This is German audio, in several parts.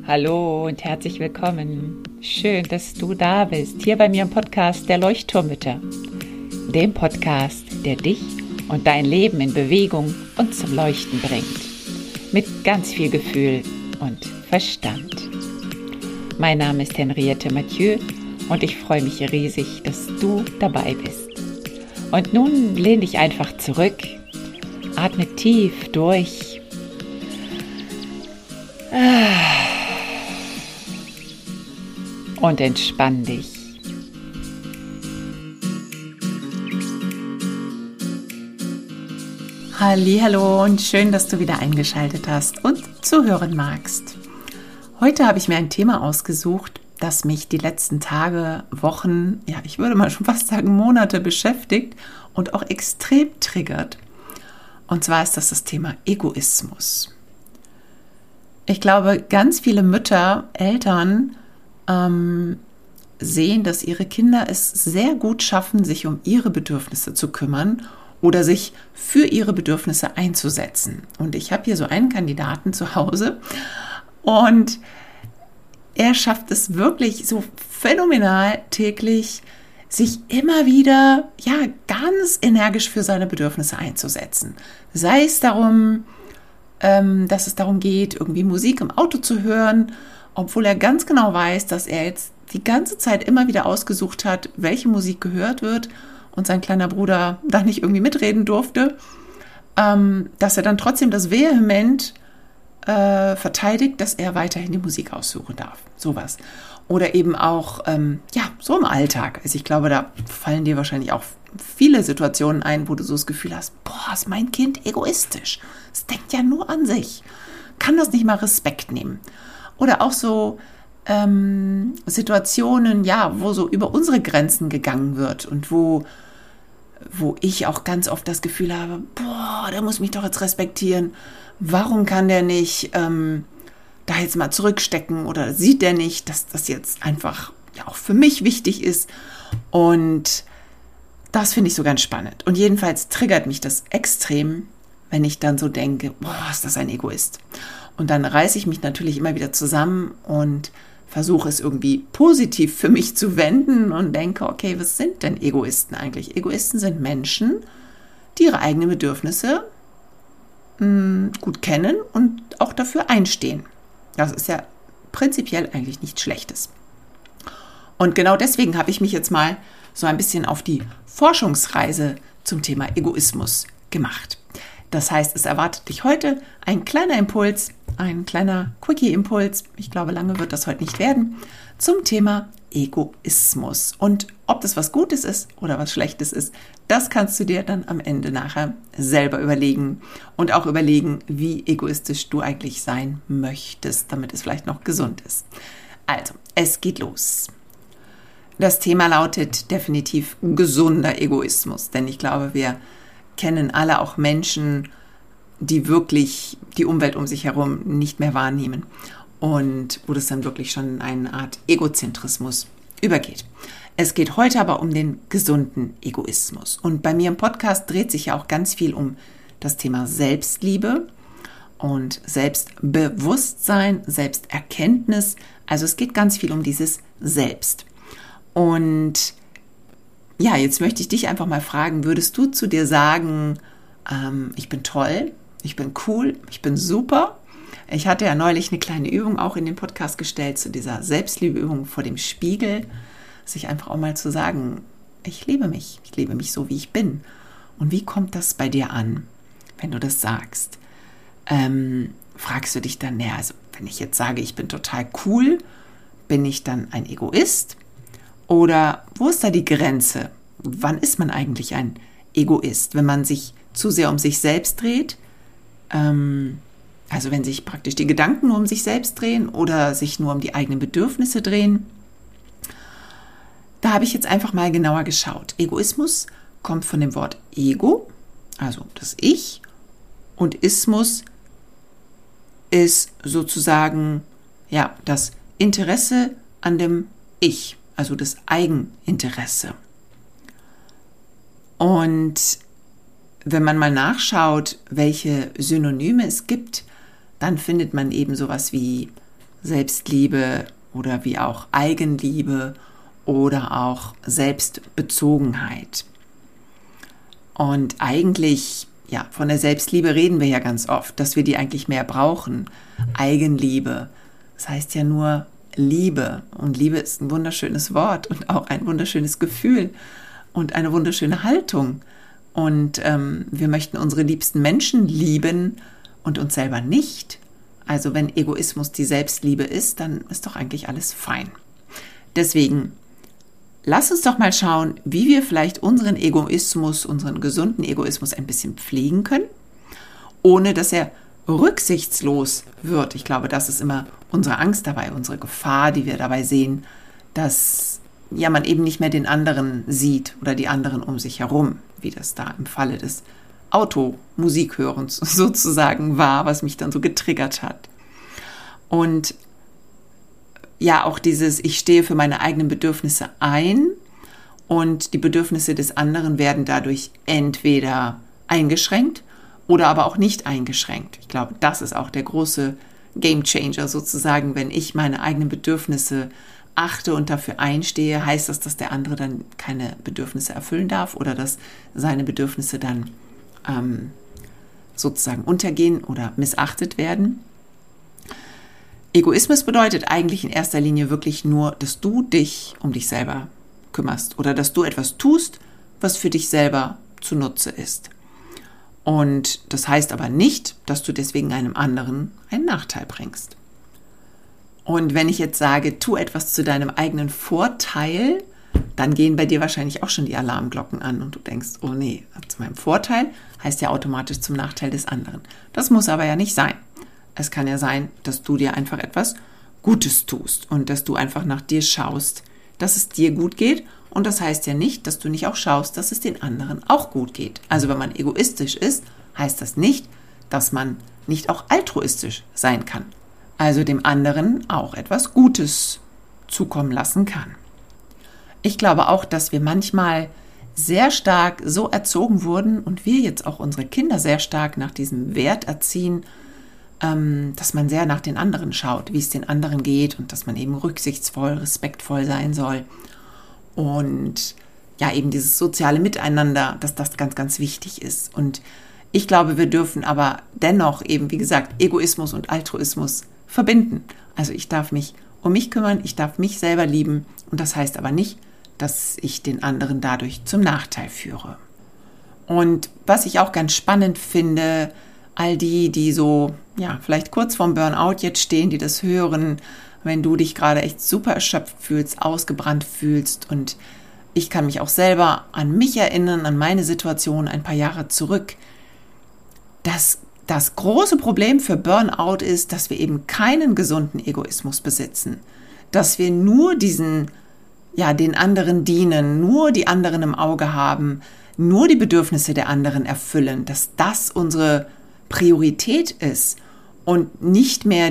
Hallo und herzlich willkommen. Schön, dass du da bist, hier bei mir im Podcast der Leuchtturmmütter. Dem Podcast, der dich und dein Leben in Bewegung und zum Leuchten bringt. Mit ganz viel Gefühl und Verstand. Mein Name ist Henriette Mathieu und ich freue mich riesig, dass du dabei bist. Und nun lehn dich einfach zurück, atme tief durch. Und entspann dich. Hallihallo und schön, dass du wieder eingeschaltet hast und zuhören magst. Heute habe ich mir ein Thema ausgesucht, das mich die letzten Tage, Wochen, ja, ich würde mal schon fast sagen Monate beschäftigt und auch extrem triggert. Und zwar ist das Thema Egoismus. Ich glaube, ganz viele Mütter, Eltern sehen, dass ihre Kinder es sehr gut schaffen, sich um ihre Bedürfnisse zu kümmern oder sich für ihre Bedürfnisse einzusetzen. Und ich habe hier so einen Kandidaten zu Hause und er schafft es wirklich so phänomenal täglich, sich immer wieder ganz energisch für seine Bedürfnisse einzusetzen. Sei es darum, dass es darum geht, irgendwie Musik im Auto zu hören, obwohl er ganz genau weiß, dass er jetzt die ganze Zeit immer wieder ausgesucht hat, welche Musik gehört wird und sein kleiner Bruder da nicht irgendwie mitreden durfte, dass er dann trotzdem das vehement verteidigt, dass er weiterhin die Musik aussuchen darf. Sowas. Oder eben auch, so im Alltag. Also ich glaube, da fallen dir wahrscheinlich auch viele Situationen ein, wo du so das Gefühl hast, ist mein Kind egoistisch. Es denkt ja nur an sich. Kann das nicht mal Respekt nehmen. Oder auch so Situationen, wo so über unsere Grenzen gegangen wird und wo ich auch ganz oft das Gefühl habe, der muss mich doch jetzt respektieren. Warum kann der nicht da jetzt mal zurückstecken oder sieht der nicht, dass das jetzt einfach auch für mich wichtig ist? Und das finde ich so ganz spannend. Und jedenfalls triggert mich das extrem, wenn ich dann so denke, ist das ein Egoist? Und dann reiße ich mich natürlich immer wieder zusammen und versuche es irgendwie positiv für mich zu wenden und denke, okay, was sind denn Egoisten eigentlich? Egoisten sind Menschen, die ihre eigenen Bedürfnisse gut kennen und auch dafür einstehen. Das ist ja prinzipiell eigentlich nichts Schlechtes. Und genau deswegen habe ich mich jetzt mal so ein bisschen auf die Forschungsreise zum Thema Egoismus gemacht. Das heißt, es erwartet dich heute ein kleiner Impuls, ein kleiner Quickie-Impuls, ich glaube, lange wird das heute nicht werden, zum Thema Egoismus. Und ob das was Gutes ist oder was Schlechtes ist, das kannst du dir dann am Ende nachher selber überlegen und auch überlegen, wie egoistisch du eigentlich sein möchtest, damit es vielleicht noch gesund ist. Also, es geht los. Das Thema lautet definitiv gesunder Egoismus, denn ich glaube, wir kennen alle auch Menschen, die wirklich die Umwelt um sich herum nicht mehr wahrnehmen und wo das dann wirklich schon in eine Art Egozentrismus übergeht. Es geht heute aber um den gesunden Egoismus. Und bei mir im Podcast dreht sich ja auch ganz viel um das Thema Selbstliebe und Selbstbewusstsein, Selbsterkenntnis. Also es geht ganz viel um dieses Selbst. Und jetzt möchte ich dich einfach mal fragen, würdest du zu dir sagen, ich bin toll, ich bin cool, ich bin super? Ich hatte ja neulich eine kleine Übung auch in den Podcast gestellt zu dieser Selbstliebeübung vor dem Spiegel, sich einfach auch mal zu sagen, ich liebe mich so, wie ich bin. Und wie kommt das bei dir an, wenn du das sagst? Fragst du dich dann, also wenn ich jetzt sage, ich bin total cool, bin ich dann ein Egoist? Oder wo ist da die Grenze? Wann ist man eigentlich ein Egoist? Wenn man sich zu sehr um sich selbst dreht, also wenn sich praktisch die Gedanken nur um sich selbst drehen oder sich nur um die eigenen Bedürfnisse drehen. Da habe ich jetzt einfach mal genauer geschaut. Egoismus kommt von dem Wort Ego, also das Ich, und Ismus ist sozusagen das Interesse an dem Ich, also das Eigeninteresse. Und wenn man mal nachschaut, welche Synonyme es gibt, dann findet man eben sowas wie Selbstliebe oder wie auch Eigenliebe oder auch Selbstbezogenheit. Und eigentlich, ja, von der Selbstliebe reden wir ja ganz oft, dass wir die eigentlich mehr brauchen. Eigenliebe, das heißt ja nur Liebe. Und Liebe ist ein wunderschönes Wort und auch ein wunderschönes Gefühl und eine wunderschöne Haltung. Und wir möchten unsere liebsten Menschen lieben und uns selber nicht. Also wenn Egoismus die Selbstliebe ist, dann ist doch eigentlich alles fein. Deswegen, lass uns doch mal schauen, wie wir vielleicht unseren Egoismus, unseren gesunden Egoismus ein bisschen pflegen können, ohne dass er rücksichtslos wird. Ich glaube, das ist immer unsere Angst dabei, unsere Gefahr, die wir dabei sehen, dass ja man eben nicht mehr den anderen sieht oder die anderen um sich herum, wie das da im Falle des Automusikhörens sozusagen war, was mich dann so getriggert hat. Und ja, auch dieses, ich stehe für meine eigenen Bedürfnisse ein und die Bedürfnisse des anderen werden dadurch entweder eingeschränkt oder aber auch nicht eingeschränkt. Ich glaube, das ist auch der große Gamechanger sozusagen, wenn ich meine eigenen Bedürfnisse achte und dafür einstehe, heißt das, dass der andere dann keine Bedürfnisse erfüllen darf oder dass seine Bedürfnisse dann sozusagen untergehen oder missachtet werden. Egoismus bedeutet eigentlich in erster Linie wirklich nur, dass du dich um dich selber kümmerst oder dass du etwas tust, was für dich selber zunutze ist. Und das heißt aber nicht, dass du deswegen einem anderen einen Nachteil bringst. Und wenn ich jetzt sage, tu etwas zu deinem eigenen Vorteil, dann gehen bei dir wahrscheinlich auch schon die Alarmglocken an und du denkst, oh nee, zu meinem Vorteil heißt ja automatisch zum Nachteil des anderen. Das muss aber ja nicht sein. Es kann ja sein, dass du dir einfach etwas Gutes tust und dass du einfach nach dir schaust, dass es dir gut geht. Und das heißt ja nicht, dass du nicht auch schaust, dass es den anderen auch gut geht. Also wenn man egoistisch ist, heißt das nicht, dass man nicht auch altruistisch sein kann. Also dem anderen auch etwas Gutes zukommen lassen kann. Ich glaube auch, dass wir manchmal sehr stark so erzogen wurden und wir jetzt auch unsere Kinder sehr stark nach diesem Wert erziehen, dass man sehr nach den anderen schaut, wie es den anderen geht und dass man eben rücksichtsvoll, respektvoll sein soll. Und ja, eben dieses soziale Miteinander, dass das ganz, ganz wichtig ist. Und ich glaube, wir dürfen aber dennoch eben, wie gesagt, Egoismus und Altruismus verbinden. Also ich darf mich um mich kümmern, ich darf mich selber lieben und das heißt aber nicht, dass ich den anderen dadurch zum Nachteil führe. Und was ich auch ganz spannend finde, all die so, ja, vielleicht kurz vorm Burnout jetzt stehen, die das hören, wenn du dich gerade echt super erschöpft fühlst, ausgebrannt fühlst und ich kann mich auch selber an mich erinnern, an meine Situation ein paar Jahre zurück, dass das große Problem für Burnout ist, dass wir eben keinen gesunden Egoismus besitzen, dass wir nur den anderen dienen, nur die anderen im Auge haben, nur die Bedürfnisse der anderen erfüllen, dass das unsere Priorität ist und nicht mehr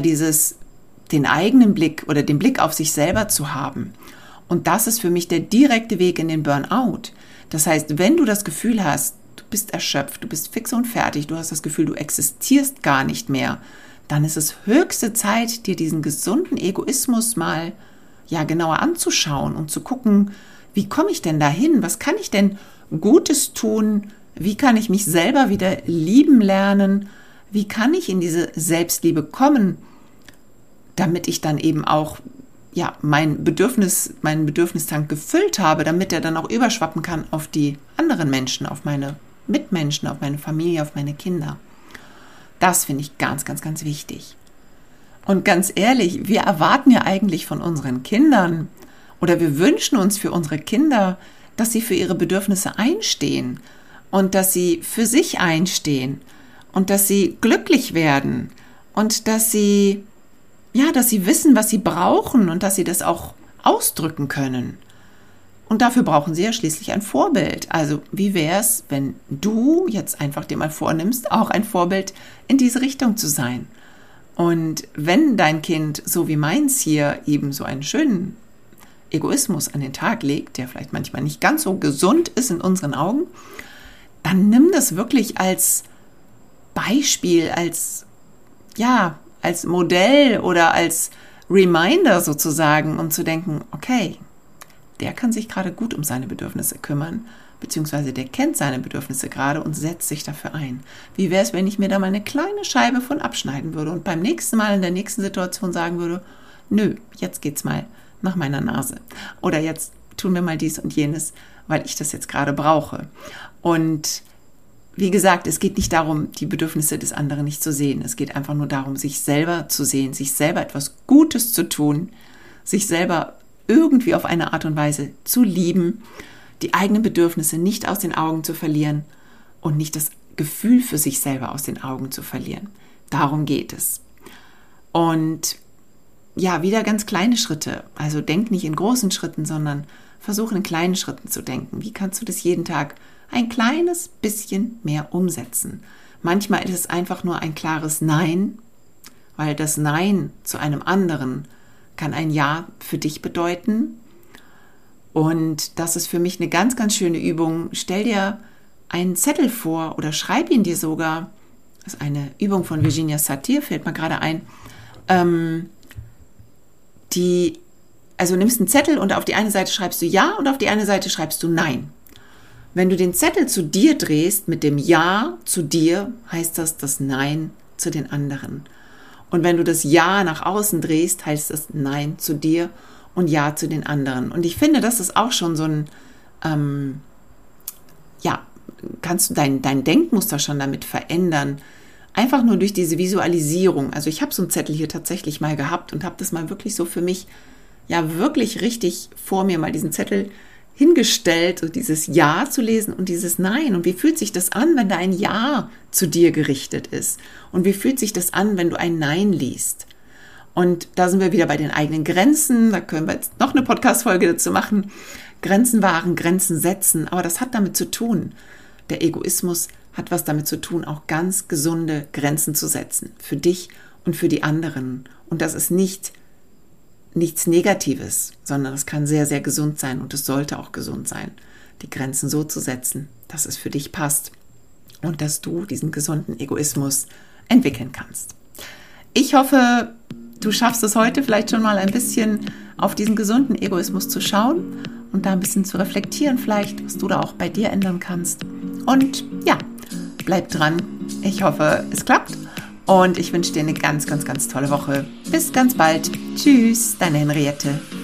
den eigenen Blick oder den Blick auf sich selber zu haben. Und das ist für mich der direkte Weg in den Burnout. Das heißt, wenn du das Gefühl hast, du bist erschöpft, du bist fix und fertig, du hast das Gefühl, du existierst gar nicht mehr, dann ist es höchste Zeit, dir diesen gesunden Egoismus mal genauer anzuschauen und zu gucken, wie komme ich denn dahin? Was kann ich denn Gutes tun? Wie kann ich mich selber wieder lieben lernen? Wie kann ich in diese Selbstliebe kommen, damit ich dann eben auch meinen Bedürfnistank gefüllt habe, damit er dann auch überschwappen kann auf die anderen Menschen, auf meine Mitmenschen, auf meine Familie, auf meine Kinder. Das finde ich ganz, ganz, ganz wichtig. Und ganz ehrlich, wir erwarten ja eigentlich von unseren Kindern oder wir wünschen uns für unsere Kinder, dass sie für ihre Bedürfnisse einstehen und dass sie für sich einstehen und dass sie glücklich werden und dass sie wissen, was sie brauchen und dass sie das auch ausdrücken können. Und dafür brauchen sie ja schließlich ein Vorbild. Also wie wäre es, wenn du jetzt einfach dir mal vornimmst, auch ein Vorbild in diese Richtung zu sein? Und wenn dein Kind, so wie meins hier, eben so einen schönen Egoismus an den Tag legt, der vielleicht manchmal nicht ganz so gesund ist in unseren Augen, dann nimm das wirklich als Beispiel, als Modell oder als Reminder sozusagen, um zu denken, okay, der kann sich gerade gut um seine Bedürfnisse kümmern, beziehungsweise der kennt seine Bedürfnisse gerade und setzt sich dafür ein. Wie wäre es, wenn ich mir da mal eine kleine Scheibe von abschneiden würde und beim nächsten Mal in der nächsten Situation sagen würde, nö, jetzt geht's mal nach meiner Nase. Oder jetzt tun wir mal dies und jenes, weil ich das jetzt gerade brauche. Und wie gesagt, es geht nicht darum, die Bedürfnisse des anderen nicht zu sehen. Es geht einfach nur darum, sich selber zu sehen, sich selber etwas Gutes zu tun, sich selber irgendwie auf eine Art und Weise zu lieben, die eigenen Bedürfnisse nicht aus den Augen zu verlieren und nicht das Gefühl für sich selber aus den Augen zu verlieren. Darum geht es. Und ja, wieder ganz kleine Schritte. Also denk nicht in großen Schritten, sondern versuche in kleinen Schritten zu denken. Wie kannst du das jeden Tag ein kleines bisschen mehr umsetzen? Manchmal ist es einfach nur ein klares Nein, weil das Nein zu einem anderen kann ein Ja für dich bedeuten. Und das ist für mich eine ganz, ganz schöne Übung. Stell dir einen Zettel vor oder schreib ihn dir sogar. Das ist eine Übung von Virginia Satir, fällt mir gerade ein. Also nimmst einen Zettel und auf die eine Seite schreibst du Ja und auf die eine Seite schreibst du Nein. Wenn du den Zettel zu dir drehst mit dem Ja zu dir, heißt das Nein zu den anderen. Und wenn du das Ja nach außen drehst, heißt das Nein zu dir und Ja zu den anderen. Und ich finde, das ist auch schon so ein, kannst du dein Denkmuster schon damit verändern. Einfach nur durch diese Visualisierung. Also ich habe so einen Zettel hier tatsächlich mal gehabt und habe das mal wirklich so für mich, ja wirklich richtig vor mir mal diesen Zettel hingestellt, so dieses Ja zu lesen und dieses Nein. Und wie fühlt sich das an, wenn da ein Ja zu dir gerichtet ist? Und wie fühlt sich das an, wenn du ein Nein liest? Und da sind wir wieder bei den eigenen Grenzen. Da können wir jetzt noch eine Podcast-Folge dazu machen. Grenzen wahren, Grenzen setzen. Aber das hat damit zu tun. Der Egoismus hat was damit zu tun, auch ganz gesunde Grenzen zu setzen. Für dich und für die anderen. Und das ist nichts Negatives, sondern es kann sehr, sehr gesund sein und es sollte auch gesund sein, die Grenzen so zu setzen, dass es für dich passt und dass du diesen gesunden Egoismus entwickeln kannst. Ich hoffe, du schaffst es heute vielleicht schon mal ein bisschen auf diesen gesunden Egoismus zu schauen und da ein bisschen zu reflektieren vielleicht, was du da auch bei dir ändern kannst. Und ja, bleib dran. Ich hoffe, es klappt. Und ich wünsche dir eine ganz, ganz, ganz tolle Woche. Bis ganz bald. Tschüss, deine Henriette.